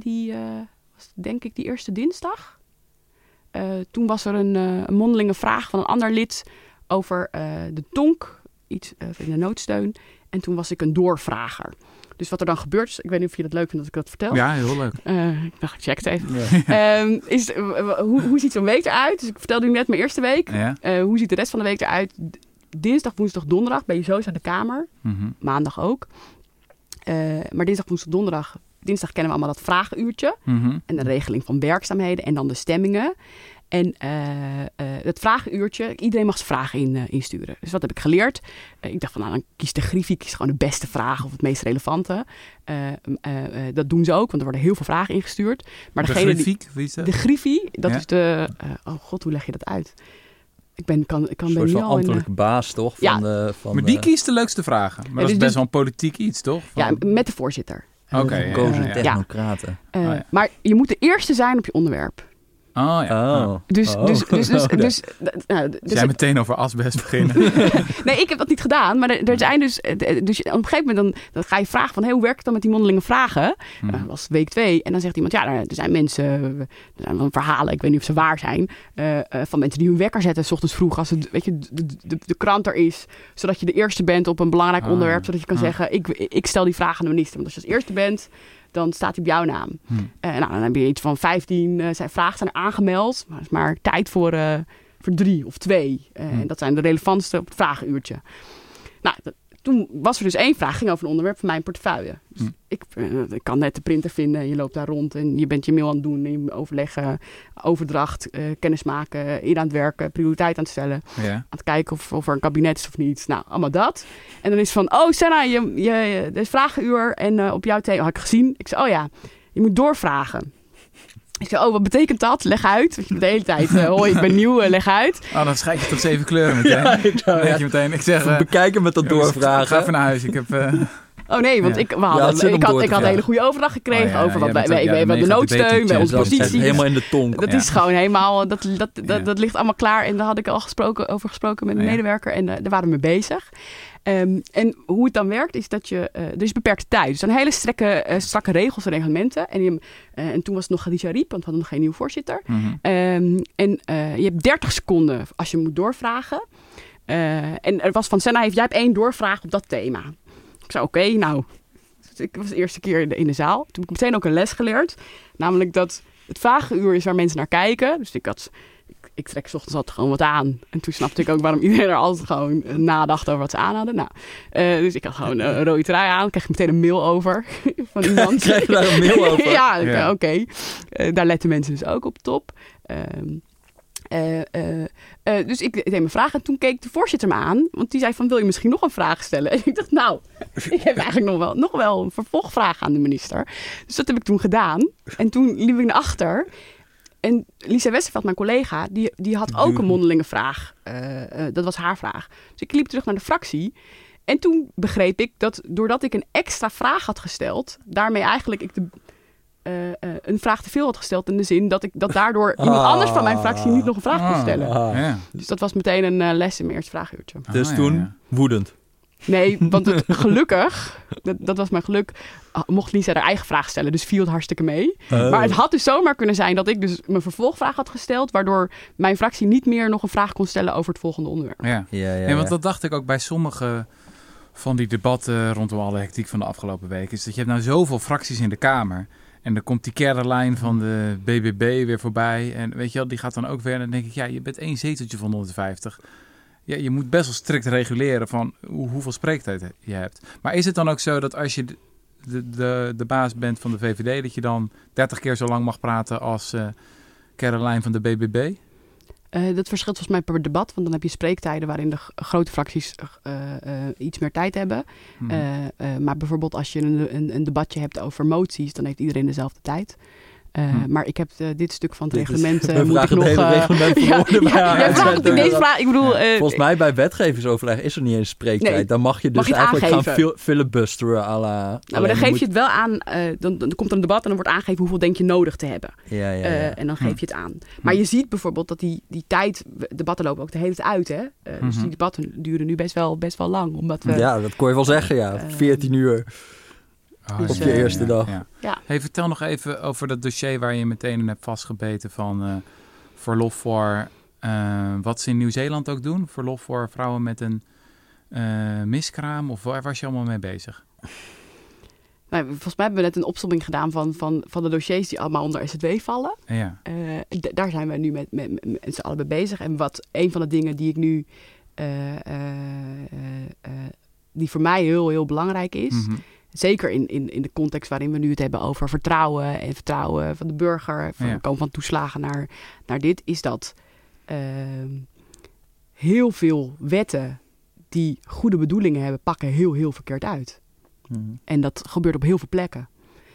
denk ik die eerste dinsdag. Toen was er een mondelinge vraag van een ander lid over de tonk, iets in de noodsteun. En toen was ik een doorvrager. Dus wat er dan gebeurt, ik weet niet of je dat leuk vindt dat ik dat vertel. Ja, heel leuk. Ik dacht, ik check het even. Ja. Hoe ziet zo'n week eruit? Dus ik vertelde u net mijn eerste week. Ja. Hoe ziet de rest van de week eruit? Dinsdag, woensdag, donderdag ben je sowieso aan de Kamer. Mm-hmm. Maandag ook. Maar dinsdag, woensdag, donderdag. Dinsdag kennen we allemaal dat vragenuurtje. Mm-hmm. En de regeling van werkzaamheden. En dan de stemmingen. En het vragenuurtje, iedereen mag zijn vragen insturen. Dus wat heb ik geleerd? Ik dacht van, dan kies de Griffie, kies gewoon de beste vraag of het meest relevante. Dat doen ze ook, want er worden heel veel vragen ingestuurd. Maar de Griffie, wie is dat? De Griffie, dat is de... oh god, hoe leg je dat uit? Ik ben een soort van ambtelijke baas, toch? Maar die kiest de leukste vragen. Maar dat is best wel een politiek iets, toch? Ja, met de voorzitter. Oké. Gekozen technocraten. Maar je moet de eerste zijn op je onderwerp. Oh ja. Dus jij meteen over asbest beginnen? Nee, ik heb dat niet gedaan. Maar er zijn dus op een gegeven moment dan ga je vragen van, hoe werkt het dan met die mondelinge vragen? Dat was week 2. En dan zegt iemand, er zijn mensen, er zijn wel verhalen, ik weet niet of ze waar zijn, van mensen die hun wekker zetten 's ochtends vroeg als het, weet je, de krant er is, zodat je de eerste bent op een belangrijk onderwerp, zodat je kan zeggen, ik stel die vraag aan de minister. Want als je als eerste bent, dan staat hij op jouw naam. Dan heb je iets van 15 vragen zijn er aangemeld. Maar het is maar tijd voor 3 of 2. En dat zijn de relevantste op het vragenuurtje. Nou, toen was er dus 1 vraag, ging over een onderwerp van mijn portefeuille. Dus ik kan net de printer vinden en je loopt daar rond en je bent je mail aan het doen. En je overleggen, overdracht, kennis maken, in aan het werken, prioriteit aan het stellen. Ja. Aan het kijken of er een kabinet is of niet. Nou, allemaal dat. En dan is van, Senna, er is vragenuur en op jouw thema had ik gezien. Ik zei, je moet doorvragen. Ik zei, wat betekent dat? Leg uit. Want je de hele tijd, hoi, ik ben nieuw, leg uit. Oh, dan schrijf je tot 7 kleuren meteen. Ik zeg, bekijken met dat doorvragen. Ga even naar huis. Ik heb... Oh nee, want ik had een hele goede overdracht gekregen over wat wij hebben de noodsteun, bij onze positie. Helemaal in de tong. Dat is gewoon helemaal, dat ligt allemaal klaar. En daar had ik al over gesproken met een medewerker en daar waren we mee bezig. En hoe het dan werkt is dat er is beperkte tijd. Dus er zijn hele strakke regels en reglementen. En toen was het nog Khadija Riep, want we hadden nog geen nieuwe voorzitter. Mm-hmm. Je hebt 30 seconden als je moet doorvragen. En er was van Senna, jij hebt 1 doorvraag op dat thema. Ik zei, oké, nou, ik was de eerste keer in de zaal. Toen heb ik meteen ook een les geleerd. Namelijk dat het vragenuur is waar mensen naar kijken. Dus ik trek 's ochtends altijd gewoon wat aan. En toen snapte ik ook waarom iedereen er altijd gewoon nadacht over wat ze aan hadden. Nou, dus ik had gewoon een rode trui aan. Kreeg ik meteen een mail over van iemand. Kreeg je daar een mail over? Ja. Oké. Daar letten mensen dus ook op top. Dus ik deed mijn vraag en toen keek de voorzitter me aan. Want die zei van, wil je misschien nog een vraag stellen? En ik dacht, nou, ik heb eigenlijk nog wel een vervolgvraag aan de minister. Dus dat heb ik toen gedaan. En toen liep ik naar achter. En Lisa Westerveld, mijn collega, die had ook een mondelinge vraag. Dat was haar vraag. Dus ik liep terug naar de fractie. En toen begreep ik dat doordat ik een extra vraag had gesteld, daarmee eigenlijk een vraag te veel had gesteld in de zin dat daardoor iemand anders van mijn fractie niet nog een vraag kon stellen. Ja. Dus dat was meteen een les in mijn eerste vraaguurtje. Dus toen woedend. Nee, want gelukkig, dat was mijn geluk, mocht Lisa haar eigen vraag stellen. Dus viel het hartstikke mee. Maar het had dus zomaar kunnen zijn dat ik dus mijn vervolgvraag had gesteld, waardoor mijn fractie niet meer nog een vraag kon stellen over het volgende onderwerp. Ja, want dat dacht ik ook bij sommige van die debatten rondom alle hectiek van de afgelopen weken. Is dat je hebt nou zoveel fracties in de Kamer. En dan komt die Caroline van de BBB weer voorbij. En weet je wel, die gaat dan ook weer. En dan denk ik, je bent 1 zeteltje van 150. Ja, je moet best wel strikt reguleren van hoeveel spreektijd je hebt. Maar is het dan ook zo dat als je de baas bent van de VVD, dat je dan 30 keer zo lang mag praten als Caroline van de BBB? Dat verschilt volgens mij per debat. Want dan heb je spreektijden waarin de grote fracties iets meer tijd hebben. Maar bijvoorbeeld als je een debatje hebt over moties, dan heeft iedereen dezelfde tijd. Maar ik heb dit stuk van het reglement. We vragen het hele reglement ik bedoel, volgens mij bij wetgevingsoverleg is er niet eens spreektijd. Nee, dan mag je dus eigenlijk gaan filibusteren à la. Maar dan geef je het wel aan. Dan komt er een debat en dan wordt aangegeven hoeveel denk je nodig te hebben. Ja. En dan geef je het aan. Maar je ziet bijvoorbeeld dat die tijd, debatten lopen ook de hele tijd uit. Hè? Dus die debatten duren nu best wel lang. Omdat we, ja, dat kon je wel zeggen. 14 uur. Op je eerste dag. Ja. Hey, vertel nog even over dat dossier waar je meteen in hebt vastgebeten van verlof voor wat ze in Nieuw-Zeeland ook doen. Verlof voor vrouwen met een miskraam. Of waar was je allemaal mee bezig? Nou, volgens mij hebben we net een opsomming gedaan van de dossiers die allemaal onder SZW vallen. Ja. Daar zijn we nu met z'n allen mee bezig. En wat een van de dingen die ik nu die voor mij heel, heel belangrijk is. Zeker in de context waarin we nu het hebben over vertrouwen en vertrouwen van de burger. Komen van toeslagen naar dit. Is dat heel veel wetten die goede bedoelingen hebben, pakken heel, heel verkeerd uit. En dat gebeurt op heel veel plekken.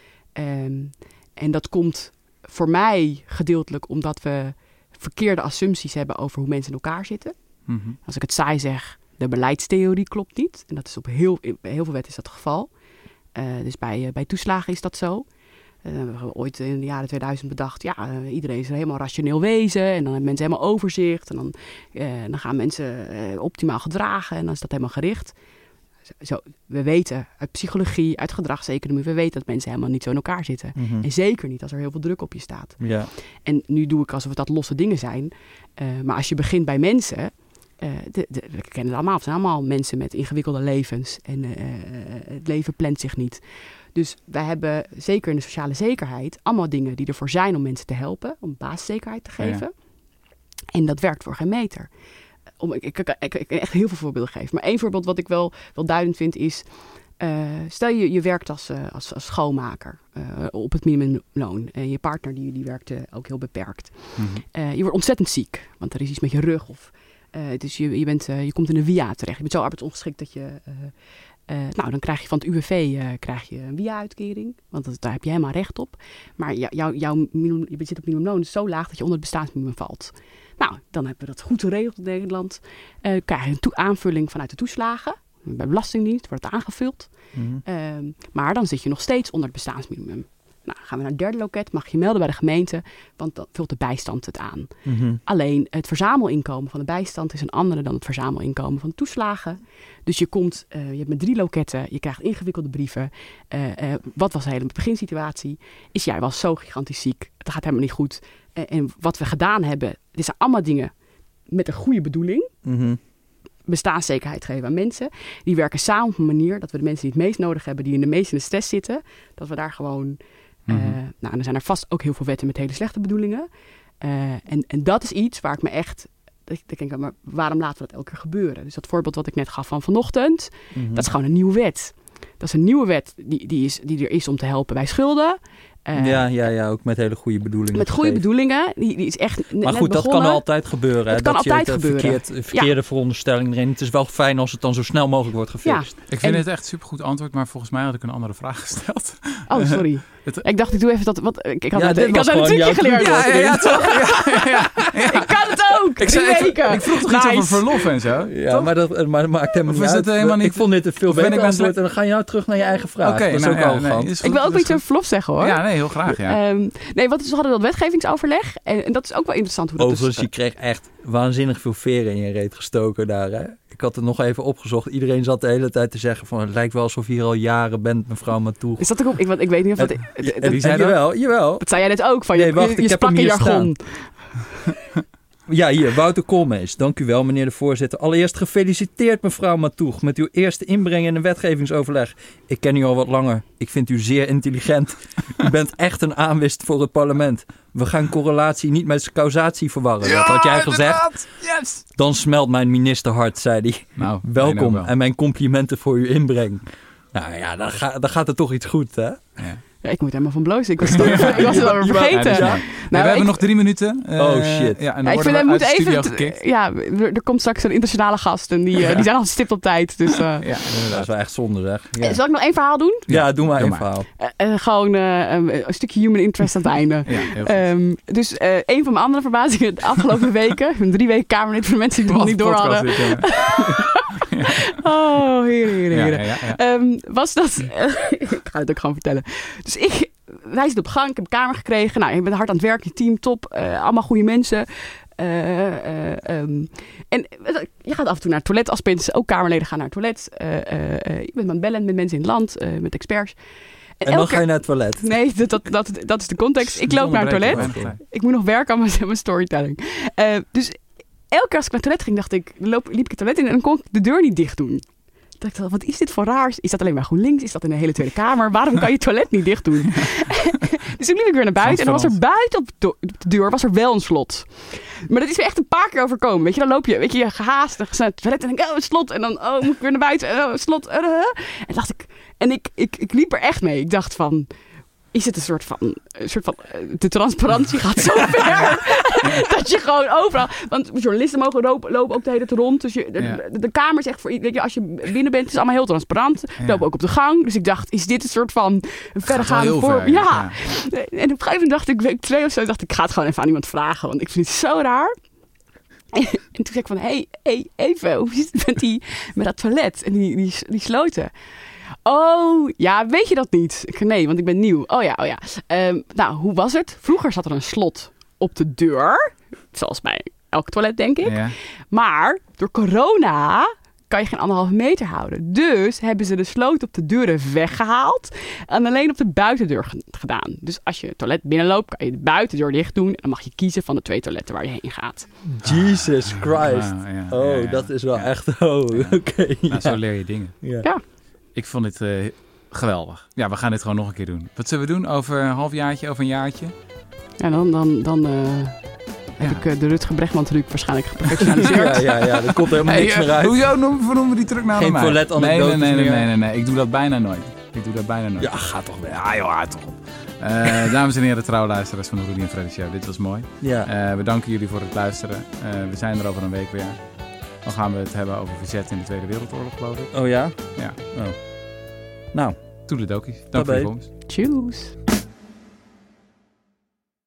En dat komt voor mij gedeeltelijk omdat we verkeerde assumpties hebben over hoe mensen in elkaar zitten. Als ik het saai zeg, de beleidstheorie klopt niet. En dat is in heel veel wetten is dat het geval. Dus bij toeslagen is dat zo. We hebben ooit in de jaren 2000 bedacht, iedereen is er helemaal rationeel wezen. En dan hebben mensen helemaal overzicht. En dan gaan mensen optimaal gedragen. En dan is dat helemaal gericht. Zo, we weten uit psychologie, uit gedragseconomie, we weten dat mensen helemaal niet zo in elkaar zitten. En zeker niet als er heel veel druk op je staat. Ja. En nu doe ik alsof dat losse dingen zijn. Maar als je begint bij mensen, we kennen het allemaal. Het zijn allemaal mensen met ingewikkelde levens. En het leven plant zich niet. Dus wij hebben, zeker in de sociale zekerheid, allemaal dingen die ervoor zijn om mensen te helpen. Om basiszekerheid te geven. Ja. En dat werkt voor geen meter. Ik kan echt heel veel voorbeelden geven. Maar één voorbeeld wat ik wel duidend vind is, stel je werkt als schoonmaker op het minimumloon. En je partner die werkt ook heel beperkt. Je wordt ontzettend ziek, want er is iets met je rug of... Dus je komt in een via terecht. Je bent zo arbeidsongeschikt dat je Dan krijg je van het UWV krijg je een WIA-uitkering. Want daar heb je helemaal recht op. Maar je zit op minimumloon is zo laag dat je onder het bestaansminimum valt. Nou, dan hebben we dat goed geregeld in Nederland. Krijg je een aanvulling vanuit de toeslagen. Bij Belastingdienst wordt het aangevuld. Mm-hmm. Maar dan zit je nog steeds onder het bestaansminimum. Nou, gaan we naar het derde loket, mag je melden bij de gemeente, want dan vult de bijstand het aan. Mm-hmm. Alleen het verzamelinkomen van de bijstand is een andere dan het verzamelinkomen van de toeslagen. Dus je hebt met 3 loketten, je krijgt ingewikkelde brieven. Wat was de hele beginsituatie? Jij was zo gigantisch ziek, het gaat helemaal niet goed. En wat we gedaan hebben, dit zijn allemaal dingen met een goede bedoeling. Mm-hmm. Bestaanszekerheid geven aan mensen. Die werken samen op een manier dat we de mensen die het meest nodig hebben, die in de stress zitten, dat we daar gewoon... er zijn er vast ook heel veel wetten met hele slechte bedoelingen. En dat is iets waar ik me echt... Ik denk, maar waarom laten we dat elke keer gebeuren? Dus dat voorbeeld wat ik net gaf van vanochtend, dat is gewoon een nieuwe wet. Dat is een nieuwe wet die er is om te helpen bij schulden. Ook met hele goede bedoelingen. Met goede bedoelingen. Die is echt maar goed, dat kan altijd gebeuren. Het kan altijd gebeuren. Verkeerde veronderstelling erin. Het is wel fijn als het dan zo snel mogelijk wordt gefixt. Ja. Ik vind het echt een supergoed antwoord, maar volgens mij had ik een andere vraag gesteld. Oh, sorry. Ik dacht, ik doe even dat... Ik had een trucje geleerd. Ja, toch? Ja. Ik kan het ook. Ik vroeg toch iets over verlof en zo? Ja, maar dat maakt helemaal niet uit. Ik vond dit een veel beter antwoord. En dan ga je nou terug naar je eigen vraag. Okay, dat is ook arrogant. Ik wil ook iets over verlof zeggen, hoor. Ja, nee, heel graag, ja. We hadden dat wetgevingsoverleg. En dat is ook wel interessant hoe dat overigens, je kreeg echt waanzinnig veel veren in je reet gestoken daar, hè? Ik had het nog even opgezocht. Iedereen zat de hele tijd te zeggen van... het lijkt wel alsof je hier al jaren bent, mevrouw Matoeg. Is dat ook? Ik weet niet of dat... Die zei jawel. Dat zei jij net ook. Van, je sprak in jargon. Ja, hier, Wouter Koolmees. Dank u wel, meneer de voorzitter. Allereerst gefeliciteerd, mevrouw Matoeg, met uw eerste inbreng in een wetgevingsoverleg. Ik ken u al wat langer. Ik vind u zeer intelligent. U bent echt een aanwist voor het parlement. We gaan correlatie niet met causatie verwarren. Dat had jij gezegd. Yes. Dan smelt mijn ministerhart, zei hij. Nou, welkom en mijn complimenten voor uw inbreng. Nou ja, dan gaat er toch iets goed, hè? Ja. Ja, ik moet helemaal van blozen. Ik was het alweer vergeten. We hebben nog 3 minuten. Oh shit. Ja, en dan worden we uit de studio gekikt. Ja, er komt straks een internationale gast. En die zijn al stipt op tijd. Dus, dat is wel echt zonde, zeg. Ja. Zal ik nog 1 verhaal doen? Ja, doe maar 1 verhaal. Gewoon een stukje human interest aan het einde. Dus een van mijn andere verbazingen de afgelopen weken. Ik ben 3 weken Kamerlid voor de mensen die het nog niet door hadden. Oh, heren. Was dat... ik ga het ook gewoon vertellen. Dus wij zitten op gang, ik heb een kamer gekregen. Nou, je bent hard aan het werk, je team top, allemaal goede mensen. En je gaat af en toe naar het toilet als mensen, ook Kamerleden gaan naar het toilet. Je bent aan het bellen met mensen in het land, met experts. En dan ga je naar het toilet? Nee, dat is de context. Ik loop naar het toilet. Ik moet nog werken aan mijn storytelling. Dus elke keer als ik naar het toilet ging, dacht ik, liep ik het toilet in en dan kon ik de deur niet dicht doen. Ik dacht, wat is dit voor raars? Is dat alleen bij GroenLinks? Is dat in de hele Tweede Kamer? Waarom kan je het toilet niet dicht doen? Dus toen liep ik weer naar buiten. En dan was er buiten op de deur was er wel een slot. Maar dat is me echt een paar keer overkomen. Weet je, dan loop je gehaastig naar het toilet. En dan denk ik, een slot. En dan, moet ik weer naar buiten. Slot. En dacht ik... En ik liep er echt mee. Ik dacht van... Is het een soort van de transparantie gaat zo ver dat je gewoon overal... Want journalisten mogen lopen ook de hele tijd rond. Dus de kamer is echt voor... Weet je, als je binnen bent, is het allemaal heel transparant. Lopen ook op de gang. Dus ik dacht, is dit een soort van verregaande voor... En op een gegeven moment dacht ik, week 2 of zo, dacht ik ga het gewoon even aan iemand vragen. Want ik vind het zo raar. En toen zei ik van, hey, even, hoe zit het met dat toilet? En die sloten. Oh, ja, weet je dat niet? Nee, want ik ben nieuw. Oh ja. Nou, hoe was het? Vroeger zat er een slot op de deur. Zoals bij elk toilet, denk ik. Ja. Maar door corona kan je geen 1,5 meter houden. Dus hebben ze de sloot op de deuren weggehaald. En alleen op de buitendeur gedaan. Dus als je het toilet binnenloopt, kan je de buitendeur dicht doen. En dan mag je kiezen van de 2 toiletten waar je heen gaat. Jesus Christ. Dat is wel echt... oké. Nou, zo leer je dingen. Ja. Ik vond dit geweldig. Ja, we gaan dit gewoon nog een keer doen. Wat zullen we doen? Over een halfjaartje, over een jaartje? Ja, dan heb ik de Rutger Bregman-truc waarschijnlijk geprofessionaliseerd. ja, er komt helemaal niks meer uit. Hoezo noemen we die truc nou? Geen toilet-anekdotes meer? Nee. Ik doe dat bijna nooit. Ja, ga toch weer. Ja, toch op. Dames en heren, trouwe luisteraars van de Rudy en Freddy Show. Dit was mooi. Ja. We danken jullie voor het luisteren. We zijn er over een week weer. Dan gaan we het hebben over verzet in de Tweede Wereldoorlog, geloof ik. Oh ja? Ja. Oh. Nou. Toedeledokies. Dank voor je komst. Tjoes.